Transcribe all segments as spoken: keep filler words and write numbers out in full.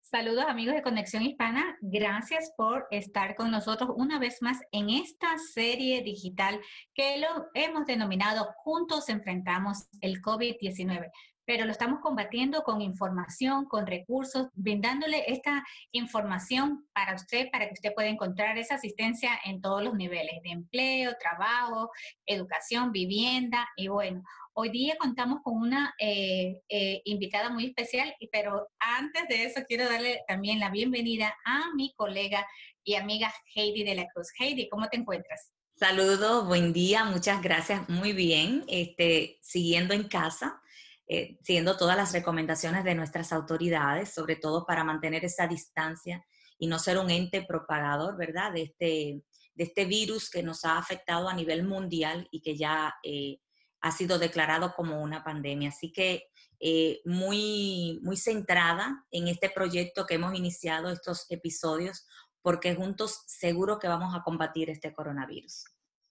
Saludos amigos de Conexión Hispana, gracias por estar con nosotros una vez más en esta serie digital que lo hemos denominado Juntos enfrentamos el COVID diecinueve, pero lo estamos combatiendo con información, con recursos, brindándole esta información para usted, para que usted pueda encontrar esa asistencia en todos los niveles de empleo, trabajo, educación, vivienda y bueno. Hoy día contamos con una eh, eh, invitada muy especial, y- pero antes de eso quiero darle también la bienvenida a mi colega y amiga Heidi de la Cruz. Heidi, ¿cómo te encuentras? Saludos, buen día, muchas gracias, muy bien. Este, siguiendo en casa, eh, siguiendo todas las recomendaciones de nuestras autoridades, sobre todo para mantener esa distancia y no ser un ente propagador, ¿verdad? De este, de este virus que nos ha afectado a nivel mundial y que ya eh, ha sido declarado como una pandemia. Así que eh, muy, muy centrada en este proyecto que hemos iniciado, estos episodios, porque juntos seguro que vamos a combatir este coronavirus.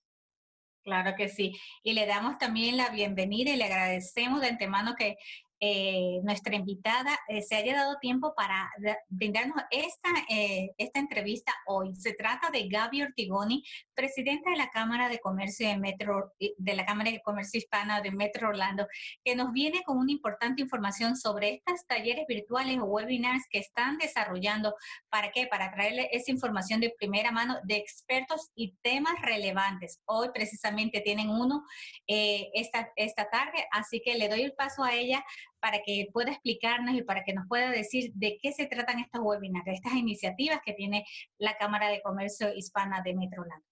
Claro que sí. Y le damos también la bienvenida y le agradecemos de antemano que eh, nuestra invitada eh, se haya dado tiempo para da- brindarnos esta, eh, esta entrevista hoy. Se trata de Gaby Ortigoni, presidenta de la Cámara de Comercio de Metro, de la Cámara de Comercio Hispana de Metro Orlando, que nos viene con una importante información sobre estos talleres virtuales o webinars que están desarrollando. ¿Para qué? Para traerle esa información de primera mano de expertos y temas relevantes. Hoy precisamente tienen uno eh, esta, esta tarde, así que le doy el paso a ella para que pueda explicarnos y para que nos pueda decir de qué se tratan estos webinars, estas iniciativas que tiene la Cámara de Comercio Hispana de Metrolanda.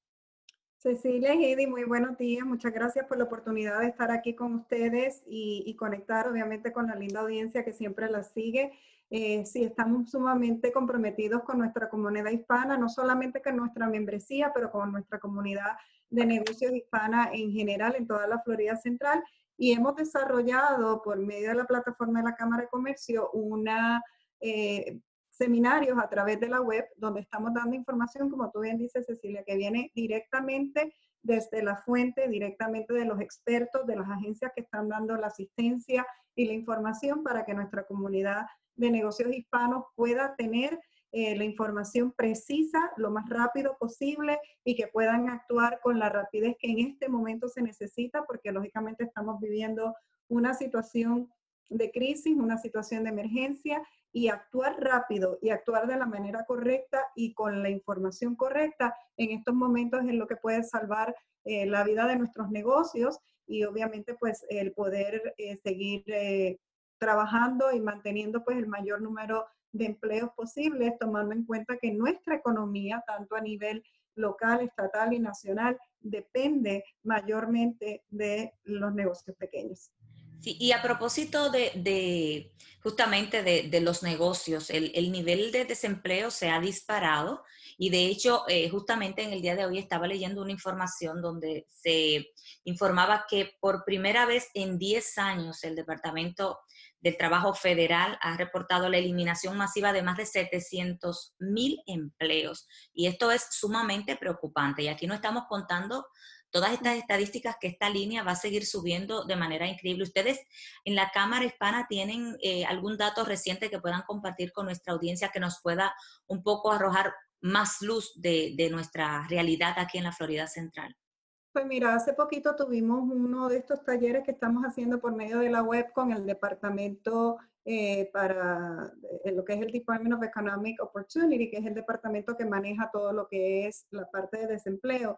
Cecilia y Heidi, muy buenos días. Muchas gracias por la oportunidad de estar aquí con ustedes y, y conectar obviamente con la linda audiencia que siempre las sigue. Eh, sí, estamos sumamente comprometidos con nuestra comunidad hispana, no solamente con nuestra membresía, pero con nuestra comunidad de negocios hispana en general en toda la Florida Central. Y hemos desarrollado por medio de la plataforma de la Cámara de Comercio una eh, seminarios a través de la web donde estamos dando información, como tú bien dices, Cecilia, que viene directamente desde la fuente, directamente de los expertos, de las agencias que están dando la asistencia y la información para que nuestra comunidad de negocios hispanos pueda tener eh, la información precisa lo más rápido posible y que puedan actuar con la rapidez que en este momento se necesita, porque lógicamente estamos viviendo una situación de crisis, una situación de emergencia, y actuar rápido y actuar de la manera correcta y con la información correcta en estos momentos es lo que puede salvar eh, la vida de nuestros negocios y obviamente pues el poder eh, seguir eh, trabajando y manteniendo pues el mayor número de empleos posibles, tomando en cuenta que nuestra economía, tanto a nivel local, estatal y nacional, depende mayormente de los negocios pequeños. Sí, y a propósito de, de justamente de, de los negocios, el, el nivel de desempleo se ha disparado y de hecho eh, justamente en el día de hoy estaba leyendo una información donde se informaba que por primera vez en diez años el Departamento del Trabajo Federal ha reportado la eliminación masiva de más de setecientos mil empleos y esto es sumamente preocupante y aquí no estamos contando todas estas estadísticas que esta línea va a seguir subiendo de manera increíble. ¿Ustedes en la Cámara Hispana tienen eh, algún dato reciente que puedan compartir con nuestra audiencia que nos pueda un poco arrojar más luz de, de nuestra realidad aquí en la Florida Central? Pues mira, hace poquito tuvimos uno de estos talleres que estamos haciendo por medio de la web con el departamento eh, para eh, lo que es el Department of Economic Opportunity, que es el departamento que maneja todo lo que es la parte de desempleo.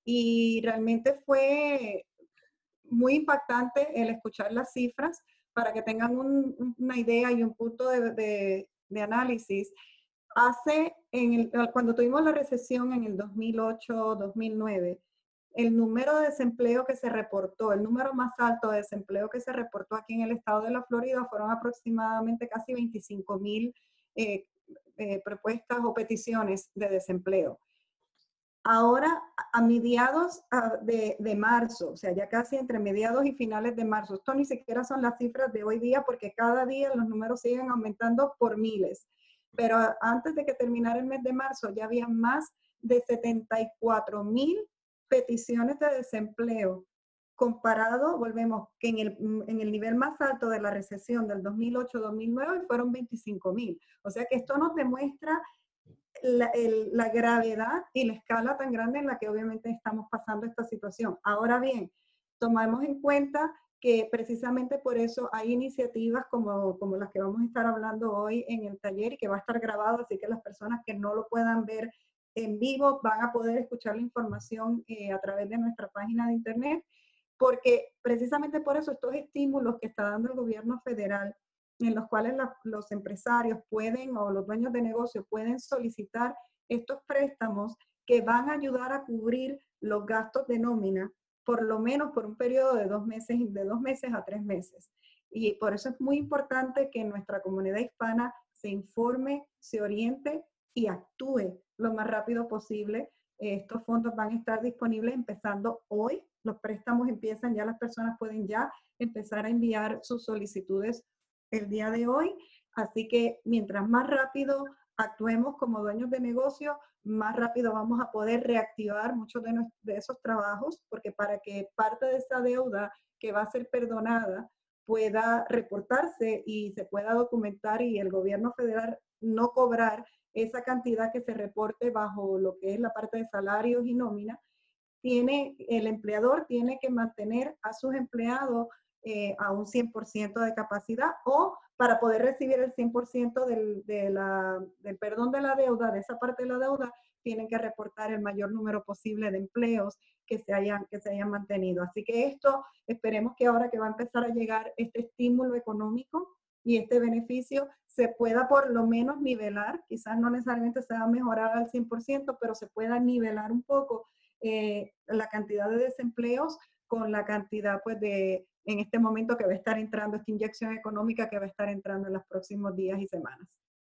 Y realmente fue muy impactante el escuchar las cifras para que tengan un- una idea y un punto de, de- de análisis. Hace, en el- cuando tuvimos la recesión en el dos mil ocho, dos mil nueve, el número de desempleo que se reportó, el número más alto de desempleo que se reportó aquí en el estado de la Florida fueron aproximadamente casi veinticinco mil eh, eh, propuestas o peticiones de desempleo. Ahora, a mediados ah, de, de marzo, o sea, ya casi entre mediados y finales de marzo, esto ni siquiera son las cifras de hoy día porque cada día los números siguen aumentando por miles. Pero antes de que terminara el mes de marzo ya había más de setenta y cuatro mil peticiones de desempleo comparado, volvemos, que en el, en el nivel más alto de la recesión del dos mil ocho dos mil nueve fueron veinticinco mil. O sea que esto nos demuestra la, el, la gravedad y la escala tan grande en la que obviamente estamos pasando esta situación. Ahora bien, tomamos en cuenta que precisamente por eso hay iniciativas como, como las que vamos a estar hablando hoy en el taller y que va a estar grabado, así que las personas que no lo puedan ver en vivo van a poder escuchar la información eh, a través de nuestra página de internet, porque precisamente por eso estos estímulos que está dando el gobierno federal, en los cuales la, los empresarios pueden o los dueños de negocio pueden solicitar estos préstamos que van a ayudar a cubrir los gastos de nómina, por lo menos por un periodo de dos meses, de dos meses a tres meses. Y por eso es muy importante que nuestra comunidad hispana se informe, se oriente y actúe lo más rápido posible. Estos fondos van a estar disponibles empezando hoy. Los préstamos empiezan, ya las personas pueden ya empezar a enviar sus solicitudes el día de hoy. Así que mientras más rápido actuemos como dueños de negocio, más rápido vamos a poder reactivar muchos de, nuestros, de esos trabajos, porque para que parte de esa deuda que va a ser perdonada pueda reportarse y se pueda documentar y el gobierno federal no cobrar esa cantidad que se reporte bajo lo que es la parte de salarios y nómina, tiene, el empleador tiene que mantener a sus empleados eh, a un cien por ciento de capacidad, o para poder recibir el cien por ciento del, de la, del perdón de la deuda, de esa parte de la deuda, tienen que reportar el mayor número posible de empleos que se hayan, que se hayan mantenido. Así que esto, esperemos que ahora que va a empezar a llegar este estímulo económico y este beneficio, se pueda por lo menos nivelar, quizás no necesariamente se va a mejorar al cien por ciento, pero se pueda nivelar un poco eh, la cantidad de desempleos con la cantidad pues de, en este momento que va a estar entrando, esta inyección económica que va a estar entrando en los próximos días y semanas.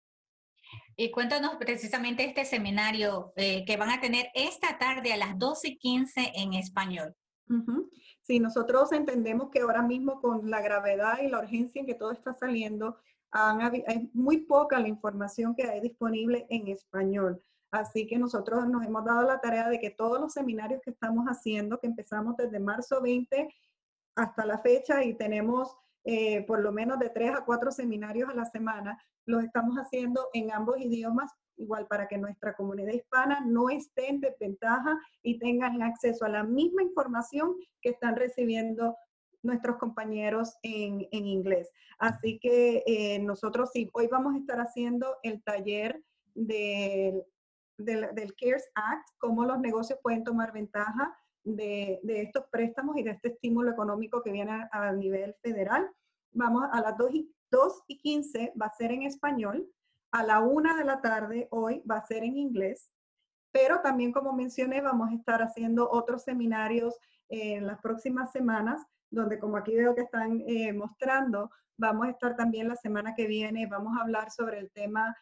Y cuéntanos precisamente este seminario eh, que van a tener esta tarde a las doce y quince en español. Uh-huh. Sí, nosotros entendemos que ahora mismo con la gravedad y la urgencia en que todo está saliendo, han, es muy poca la información que hay disponible en español. Así que nosotros nos hemos dado la tarea de que todos los seminarios que estamos haciendo, que empezamos desde marzo veinte hasta la fecha y tenemos eh, por lo menos de tres a cuatro seminarios a la semana, los estamos haciendo en ambos idiomas, igual para que nuestra comunidad hispana no esté en desventaja y tengan acceso a la misma información que están recibiendo nuestros compañeros en, en inglés. Así que eh, nosotros sí, hoy vamos a estar haciendo el taller del, del, del CARES Act, cómo los negocios pueden tomar ventaja de, de estos préstamos y de este estímulo económico que viene a, a nivel federal. Vamos a las dos y quince, va a ser en español. A la una de la tarde hoy va a ser en inglés, pero también, como mencioné, vamos a estar haciendo otros seminarios eh, en las próximas semanas, donde, como aquí veo que están eh, mostrando, vamos a estar también la semana que viene, vamos a hablar sobre el tema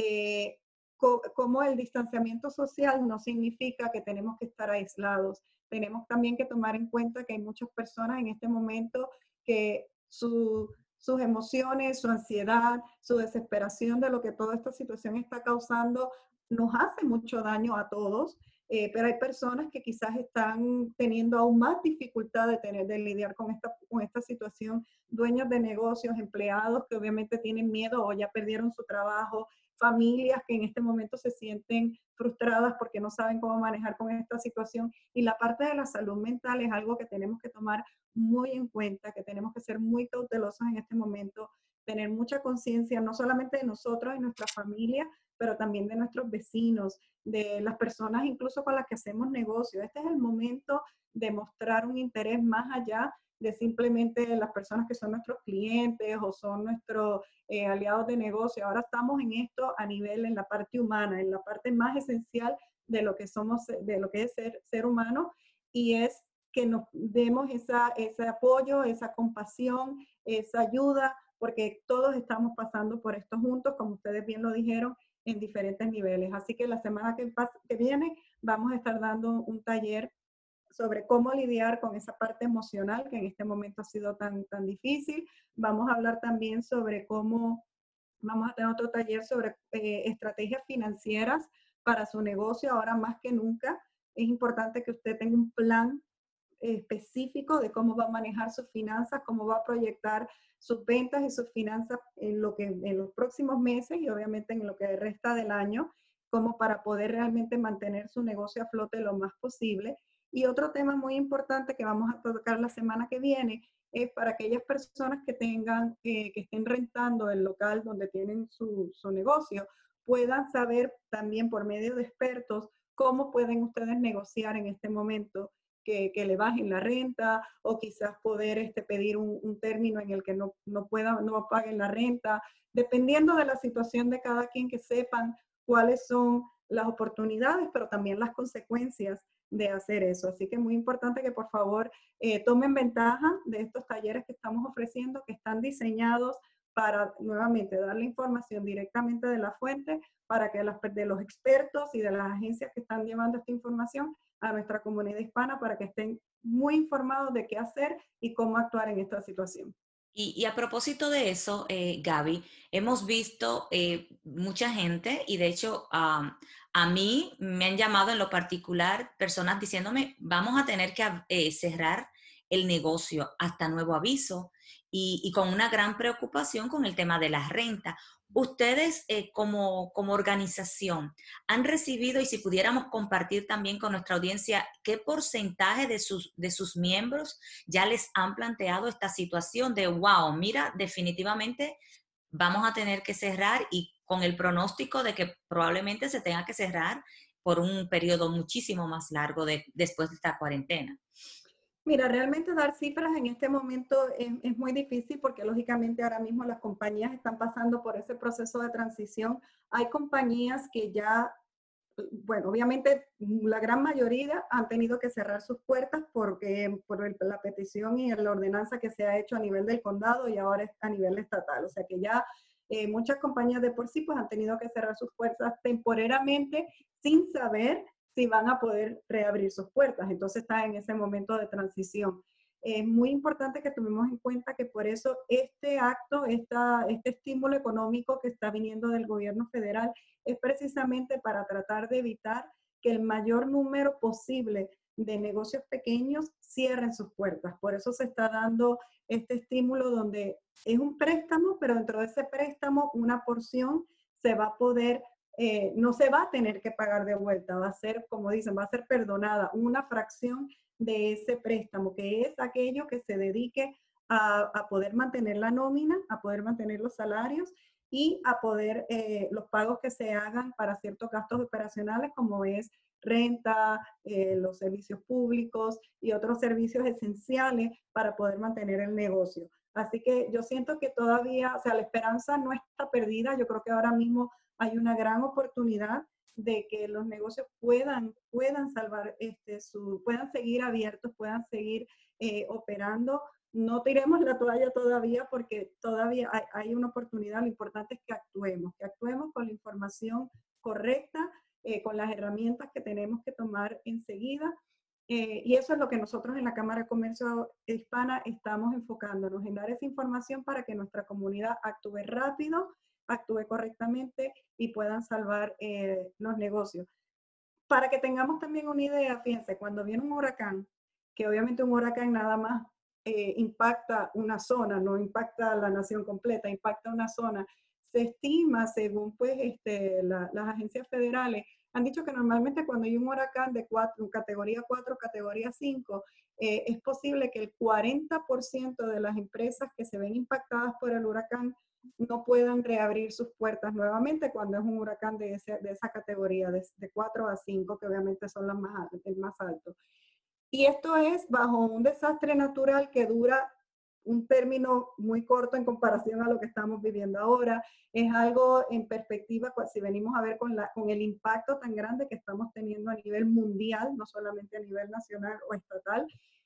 de co cómo el distanciamiento social no significa que tenemos que estar aislados. Tenemos también que tomar en cuenta que hay muchas personas en este momento que su sus emociones, su ansiedad, su desesperación de lo que toda esta situación está causando, nos hace mucho daño a todos, eh, pero hay personas que quizás están teniendo aún más dificultad de, tener, de lidiar con esta, con esta situación, dueños de negocios, empleados que obviamente tienen miedo o ya perdieron su trabajo, familias que en este momento se sienten frustradas porque no saben cómo manejar con esta situación. Y la parte de la salud mental es algo que tenemos que tomar muy en cuenta, que tenemos que ser muy cautelosos en este momento, tener mucha conciencia, no solamente de nosotros y nuestra familia, pero también de nuestros vecinos, de las personas incluso con las que hacemos negocio. Este es el momento de mostrar un interés más allá de simplemente las personas que son nuestros clientes o son nuestros eh, aliados de negocio. Ahora estamos en esto a nivel, en la parte humana, en la parte más esencial de lo que somos, de lo que es ser, ser humano, y es que nos demos esa, ese apoyo, esa compasión, esa ayuda, porque todos estamos pasando por esto juntos, como ustedes bien lo dijeron, en diferentes niveles. Así que la semana que, que viene vamos a estar dando un taller sobre cómo lidiar con esa parte emocional que en este momento ha sido tan, tan difícil. Vamos a hablar también sobre cómo, vamos a tener otro taller sobre eh, estrategias financieras para su negocio. Ahora más que nunca es importante que usted tenga un plan específico de cómo va a manejar sus finanzas, cómo va a proyectar sus ventas y sus finanzas en, lo que, en los próximos meses y obviamente en lo que resta del año, como para poder realmente mantener su negocio a flote lo más posible. Y otro tema muy importante que vamos a tocar la semana que viene es para aquellas personas que tengan, eh, que estén rentando el local donde tienen su, su negocio, puedan saber también por medio de expertos cómo pueden ustedes negociar en este momento que, que le bajen la renta o quizás poder este, pedir un, un término en el que no, no, puedan, no paguen la renta, dependiendo de la situación de cada quien, que sepan cuáles son las oportunidades, pero también las consecuencias de hacer eso. Así que es muy importante que por favor eh, tomen ventaja de estos talleres que estamos ofreciendo, que están diseñados para nuevamente dar la información directamente de la fuente, para que las, de los expertos y de las agencias que están llevando esta información a nuestra comunidad hispana, para que estén muy informados de qué hacer y cómo actuar en esta situación. Y, y a propósito de eso, eh, Gaby, hemos visto eh, mucha gente y de hecho um, a mí me han llamado en lo particular personas diciéndome, vamos a tener que eh, cerrar el negocio hasta nuevo aviso y, y con una gran preocupación con el tema de la renta. Ustedes eh, como, como organización han recibido, y si pudiéramos compartir también con nuestra audiencia, ¿qué porcentaje de sus, de sus miembros ya les han planteado esta situación de, wow, mira, definitivamente vamos a tener que cerrar, y con el pronóstico de que probablemente se tenga que cerrar por un periodo muchísimo más largo de, después de esta cuarentena? Mira, realmente dar cifras en este momento es, es, muy difícil porque lógicamente ahora mismo las compañías están pasando por ese proceso de transición. Hay compañías que ya, bueno, obviamente la gran mayoría han tenido que cerrar sus puertas porque por el, la petición y la ordenanza que se ha hecho a nivel del condado y ahora a nivel estatal. O sea que ya eh, muchas compañías de por sí pues han tenido que cerrar sus puertas temporariamente sin saber si van a poder reabrir sus puertas. Entonces está en ese momento de transición. Es muy importante que tomemos en cuenta que por eso este acto, esta, este estímulo económico que está viniendo del gobierno federal es precisamente para tratar de evitar que el mayor número posible de negocios pequeños cierren sus puertas. Por eso se está dando este estímulo donde es un préstamo, pero dentro de ese préstamo una porción se va a poder Eh, no se va a tener que pagar de vuelta, va a ser, como dicen, va a ser perdonada una fracción de ese préstamo, que es aquello que se dedique a, a poder mantener la nómina, a poder mantener los salarios y a poder eh, los pagos que se hagan para ciertos gastos operacionales, como es renta, eh, los servicios públicos y otros servicios esenciales para poder mantener el negocio. Así que yo siento que todavía, o sea, la esperanza no está perdida. Yo creo que ahora mismo hay una gran oportunidad de que los negocios puedan, puedan salvar, este, su, puedan seguir abiertos, puedan seguir eh, operando. No tiremos la toalla todavía porque todavía hay, hay una oportunidad. Lo importante es que actuemos, que actuemos con la información correcta, eh, con las herramientas que tenemos que tomar enseguida. Eh, y eso es lo que nosotros en la Cámara de Comercio Hispana estamos enfocándonos, en dar esa información para que nuestra comunidad actúe rápido, actúe correctamente y puedan salvar eh, los negocios. Para que tengamos también una idea, fíjense, cuando viene un huracán, que obviamente un huracán nada más eh, impacta una zona, no impacta la nación completa, impacta una zona, se estima, según pues este, la, las agencias federales, han dicho que normalmente cuando hay un huracán de cuatro, categoría cuatro, categoría cinco, eh, es posible que el cuarenta por ciento de las empresas que se ven impactadas por el huracán no puedan reabrir sus puertas nuevamente cuando es un huracán de, ese, de esa categoría, de, de cuatro a cinco, que obviamente son las más, el más alto. Y esto es bajo un desastre natural que dura un término muy corto en comparación a lo que estamos viviendo ahora. Es algo en perspectiva, si venimos a ver con, la, con el impacto tan grande que estamos teniendo a nivel mundial, no solamente a nivel nacional o estatal.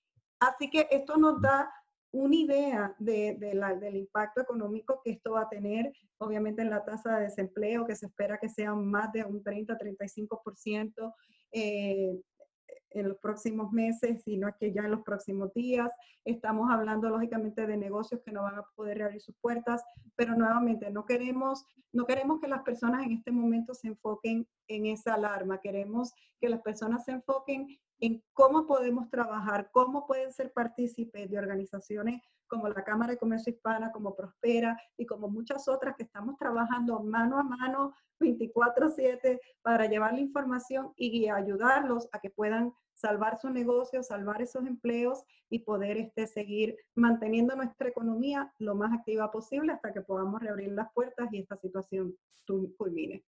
Así que esto nos da una idea de, de la, del impacto económico que esto va a tener, obviamente en la tasa de desempleo, que se espera que sea más de un treinta a treinta y cinco por ciento eh, en los próximos meses, sino que ya en los próximos días. Estamos hablando lógicamente de negocios que no van a poder reabrir sus puertas, pero nuevamente no queremos, no queremos que las personas en este momento se enfoquen en esa alarma, queremos que las personas se enfoquen en cómo podemos trabajar, cómo pueden ser partícipes de organizaciones como la Cámara de Comercio Hispana, como Prospera y como muchas otras que estamos trabajando mano a mano veinticuatro siete para llevar la información y ayudarlos a que puedan salvar su negocio, salvar esos empleos y poder este, seguir manteniendo nuestra economía lo más activa posible hasta que podamos reabrir las puertas y esta situación culmine.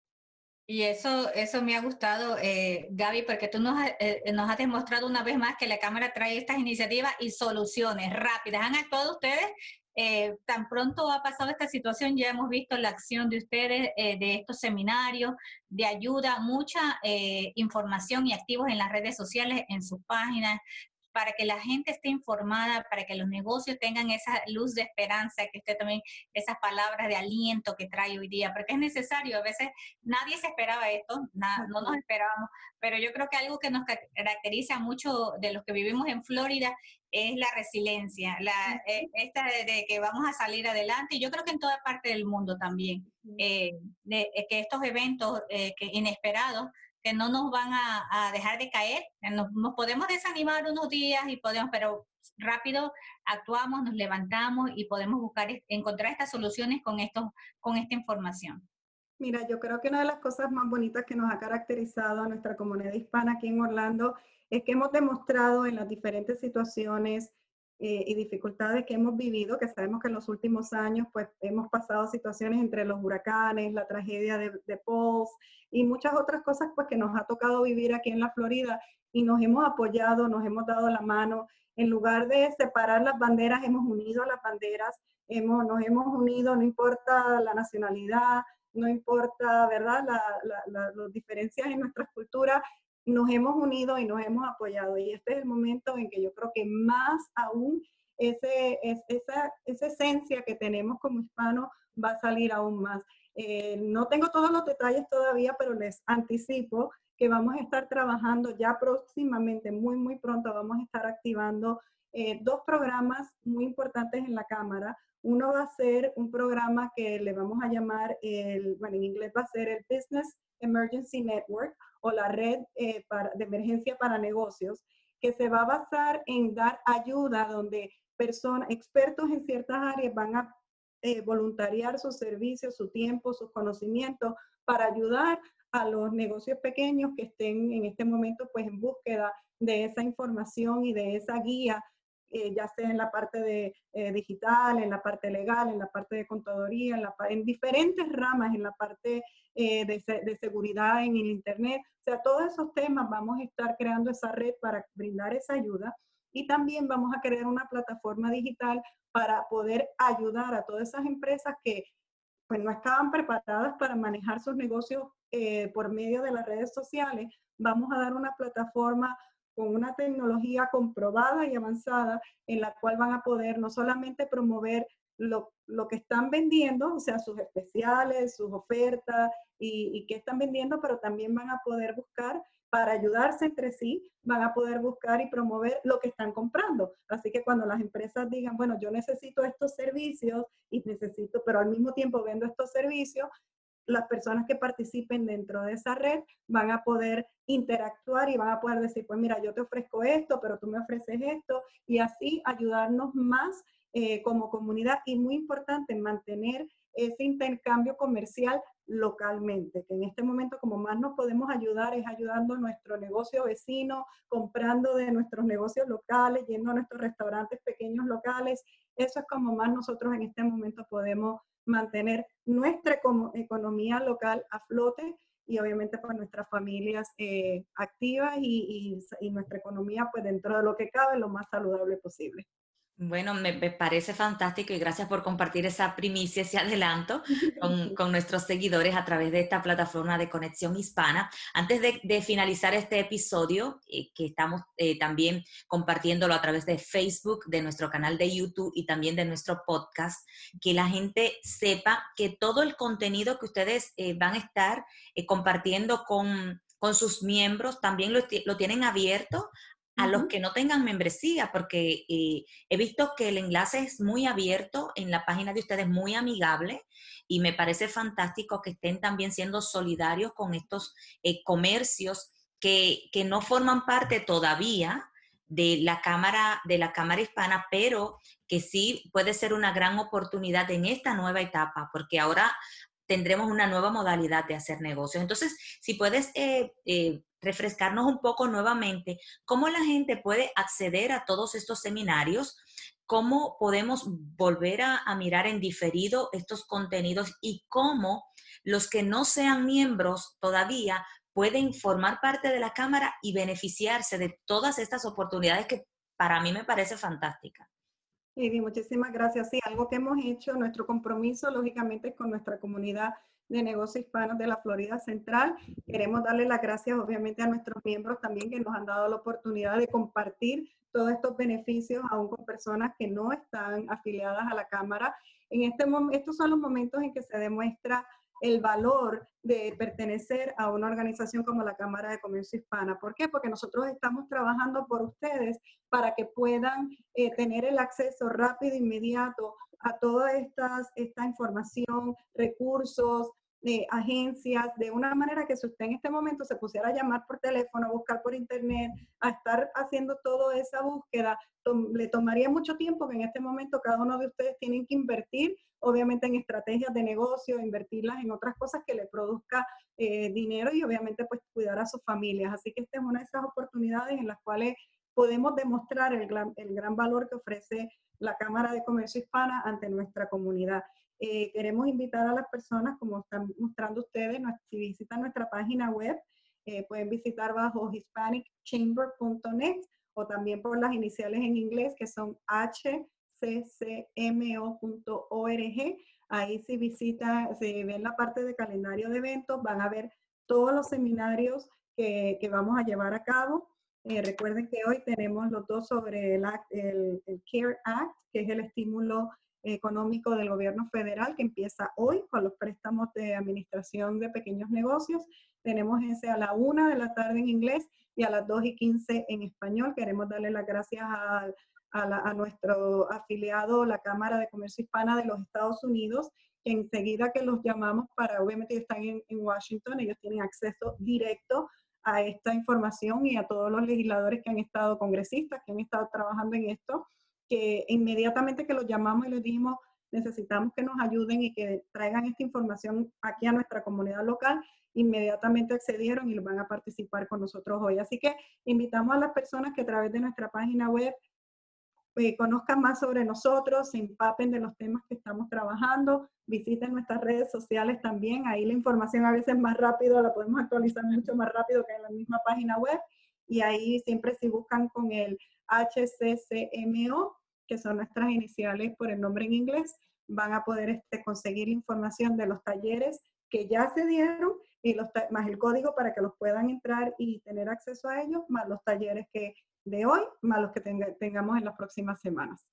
Y eso, eso me ha gustado, eh, Gaby, porque tú nos, eh, nos has demostrado una vez más que la Cámara trae estas iniciativas y soluciones rápidas. ¿Han actuado ustedes? Eh, tan pronto ha pasado esta situación, ya hemos visto la acción de ustedes, eh, de estos seminarios, de ayuda, mucha eh, información y activos en las redes sociales, en sus páginas, para que la gente esté informada, para que los negocios tengan esa luz de esperanza, que usted también, esas palabras de aliento que trae hoy día, porque es necesario. A veces nadie se esperaba esto, na, no nos esperábamos, pero yo creo que algo que nos caracteriza mucho de los que vivimos en Florida es la resiliencia, la, eh, esta de, de que vamos a salir adelante, y yo creo que en toda parte del mundo también, eh, de, de que estos eventos eh, que inesperados, que no nos van a, a dejar de caer, nos, nos podemos desanimar unos días, y podemos, pero rápido actuamos, nos levantamos y podemos buscar, encontrar estas soluciones con, estos, con esta información. Mira, yo creo que una de las cosas más bonitas que nos ha caracterizado a nuestra comunidad hispana aquí en Orlando es que hemos demostrado en las diferentes situaciones eh, y dificultades que hemos vivido, que sabemos que en los últimos años pues hemos pasado situaciones entre los huracanes, la tragedia de, de Pauls y muchas otras cosas pues que nos ha tocado vivir aquí en la Florida, y nos hemos apoyado, nos hemos dado la mano. En lugar de separar las banderas, hemos unido las banderas, hemos, nos hemos unido, no importa la nacionalidad, no importa, ¿verdad?, la, la, la, las diferencias en nuestras culturas, nos hemos unido y nos hemos apoyado. Y este es el momento en que yo creo que más aún ese, es, esa, esa esencia que tenemos como hispanos va a salir aún más. Eh, no tengo todos los detalles todavía, pero les anticipo que vamos a estar trabajando ya próximamente, muy, muy pronto, vamos a estar activando eh, dos programas muy importantes en la Cámara. Uno va a ser un programa que le vamos a llamar, el, bueno, en inglés va a ser el Business Emergency Network, o la red eh, para, de emergencia para negocios, que se va a basar en dar ayuda donde personas, expertos en ciertas áreas van a eh, voluntariar sus servicios, su tiempo, sus conocimientos para ayudar a los negocios pequeños que estén en este momento pues en búsqueda de esa información y de esa guía, eh, ya sea en la parte de, eh, digital, en la parte legal, en la parte de contaduría, en, la, en diferentes ramas, en la parte eh, de, de seguridad en el Internet. O sea, todos esos temas vamos a estar creando esa red para brindar esa ayuda, y también vamos a crear una plataforma digital para poder ayudar a todas esas empresas que pues no estaban preparadas para manejar sus negocios eh, por medio de las redes sociales. Vamos a dar una plataforma con una tecnología comprobada y avanzada en la cual van a poder no solamente promover lo, lo que están vendiendo, o sea, sus especiales, sus ofertas y, y qué están vendiendo, pero también van a poder buscar, para ayudarse entre sí, van a poder buscar y promover lo que están comprando. Así que cuando las empresas digan, bueno, yo necesito estos servicios y necesito, pero al mismo tiempo vendo estos servicios, las personas que participen dentro de esa red van a poder interactuar y van a poder decir, pues mira, yo te ofrezco esto, pero tú me ofreces esto, y así ayudarnos más eh, como comunidad. Y muy importante, mantener ese intercambio comercial localmente, que en este momento como más nos podemos ayudar es ayudando a nuestro negocio vecino, comprando de nuestros negocios locales, yendo a nuestros restaurantes pequeños locales. Eso es como más nosotros en este momento podemos mantener nuestra economía local a flote, y obviamente pues nuestras familias eh, activas y, y, y nuestra economía pues dentro de lo que cabe lo más saludable posible. Bueno, me, me parece fantástico, y gracias por compartir esa primicia, ese adelanto con, con nuestros seguidores a través de esta plataforma de Conexión Hispana. Antes de, de finalizar este episodio, eh, que estamos eh, también compartiéndolo a través de Facebook, de nuestro canal de YouTube y también de nuestro podcast, que la gente sepa que todo el contenido que ustedes eh, van a estar eh, compartiendo con, con sus miembros también lo, lo tienen abierto a los que no tengan membresía, porque eh, he visto que el enlace es muy abierto en la página de ustedes, muy amigable, y me parece fantástico que estén también siendo solidarios con estos eh, comercios que, que no forman parte todavía de la Cámara, de la Cámara Hispana, pero que sí puede ser una gran oportunidad en esta nueva etapa, porque ahora tendremos una nueva modalidad de hacer negocios. Entonces, si puedes eh, eh, refrescarnos un poco nuevamente, ¿cómo la gente puede acceder a todos estos seminarios? ¿Cómo podemos volver a, a mirar en diferido estos contenidos y cómo los que no sean miembros todavía pueden formar parte de la Cámara y beneficiarse de todas estas oportunidades que para mí me parece fantástica? Heidi, muchísimas gracias. Sí, algo que hemos hecho, nuestro compromiso, lógicamente, es con nuestra comunidad de negocios hispanos de la Florida Central. Queremos darle las gracias, obviamente, a nuestros miembros también que nos han dado la oportunidad de compartir todos estos beneficios aún con personas que no están afiliadas a la Cámara. En este momento, estos son los momentos en que se demuestra el valor de pertenecer a una organización como la Cámara de Comercio Hispana. ¿Por qué? Porque nosotros estamos trabajando por ustedes para que puedan eh, tener el acceso rápido e inmediato a toda estas, esta información, recursos, eh, agencias, de una manera que si usted en este momento se pusiera a llamar por teléfono, a buscar por internet, a estar haciendo toda esa búsqueda, tom le tomaría mucho tiempo que en este momento cada uno de ustedes tienen que invertir, obviamente en estrategias de negocio, invertirlas en otras cosas que le produzca eh, dinero y obviamente pues cuidar a sus familias. Así que esta es una de esas oportunidades en las cuales podemos demostrar el gran, el gran valor que ofrece la Cámara de Comercio Hispana ante nuestra comunidad. Eh, queremos invitar a las personas, como están mostrando ustedes, si visitan nuestra página web, eh, pueden visitar bajo hispanic chamber punto net o también por las iniciales en inglés que son h c c m o punto org. Ahí si visitan, si ven la parte de calendario de eventos, van a ver todos los seminarios que, que vamos a llevar a cabo. Eh, recuerden que hoy tenemos los dos sobre el, el, el CARE Act, que es el estímulo económico del gobierno federal, que empieza hoy con los préstamos de administración de pequeños negocios. Tenemos ese a la una de la tarde en inglés y a las dos y quince en español. Queremos darle las gracias a, a, la, a nuestro afiliado, la Cámara de Comercio Hispana de los Estados Unidos, que enseguida que los llamamos para, obviamente están en, en Washington, ellos tienen acceso directo a esta información y a todos los legisladores que han estado, congresistas que han estado trabajando en esto, que inmediatamente que los llamamos y les dijimos, necesitamos que nos ayuden y que traigan esta información aquí a nuestra comunidad local, inmediatamente accedieron y van a participar con nosotros hoy. Así que invitamos a las personas que a través de nuestra página web eh, conozcan más sobre nosotros, se empapen de los temas que estamos trabajando, visiten nuestras redes sociales también, ahí la información a veces más rápido, la podemos actualizar mucho más rápido que en la misma página web, y ahí siempre si buscan con el H C C M O, que son nuestras iniciales por el nombre en inglés, van a poder este, conseguir información de los talleres que ya se dieron, y los más el código para que los puedan entrar y tener acceso a ellos, más los talleres que de hoy, más los que tenga, tengamos en las próximas semanas.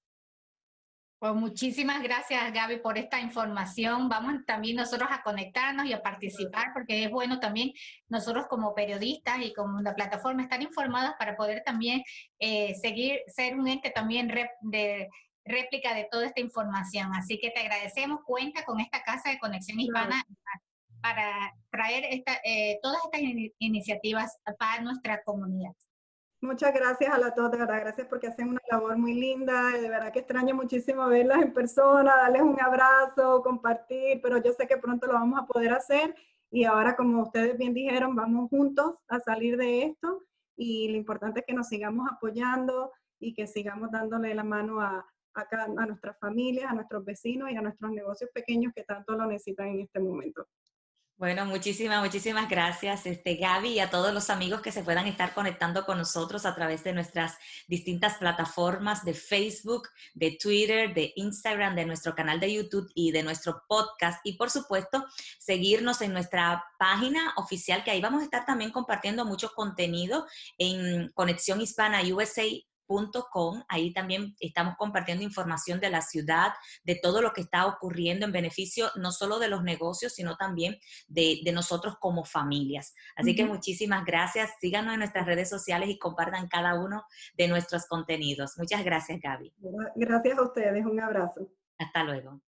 Pues muchísimas gracias, Gaby, por esta información. Vamos también nosotros a conectarnos y a participar, porque es bueno también nosotros como periodistas y como la plataforma estar informadas para poder también eh, seguir, ser un ente también rep, de réplica de toda esta información. Así que te agradecemos. Cuenta con esta Casa de Conexión Hispana claro. para traer esta, eh, todas estas in iniciativas para nuestra comunidad. Muchas gracias a las dos, de verdad, gracias porque hacen una labor muy linda, de verdad que extraño muchísimo verlas en persona, darles un abrazo, compartir, pero yo sé que pronto lo vamos a poder hacer y ahora, como ustedes bien dijeron, vamos juntos a salir de esto y lo importante es que nos sigamos apoyando y que sigamos dándole la mano a, a, a nuestras familias, a nuestros vecinos y a nuestros negocios pequeños que tanto lo necesitan en este momento. Bueno, muchísimas, muchísimas gracias, este, Gaby, y a todos los amigos que se puedan estar conectando con nosotros a través de nuestras distintas plataformas de Facebook, de Twitter, de Instagram, de nuestro canal de YouTube y de nuestro podcast. Y, por supuesto, seguirnos en nuestra página oficial, que ahí vamos a estar también compartiendo mucho contenido en Conexión Hispana U S A punto com. Ahí también estamos compartiendo información de la ciudad, de todo lo que está ocurriendo en beneficio no solo de los negocios, sino también de, de nosotros como familias. Así uh-huh. que muchísimas gracias. Síganos en nuestras redes sociales y compartan cada uno de nuestros contenidos. Muchas gracias, Gaby. Gracias a ustedes. Un abrazo. Hasta luego.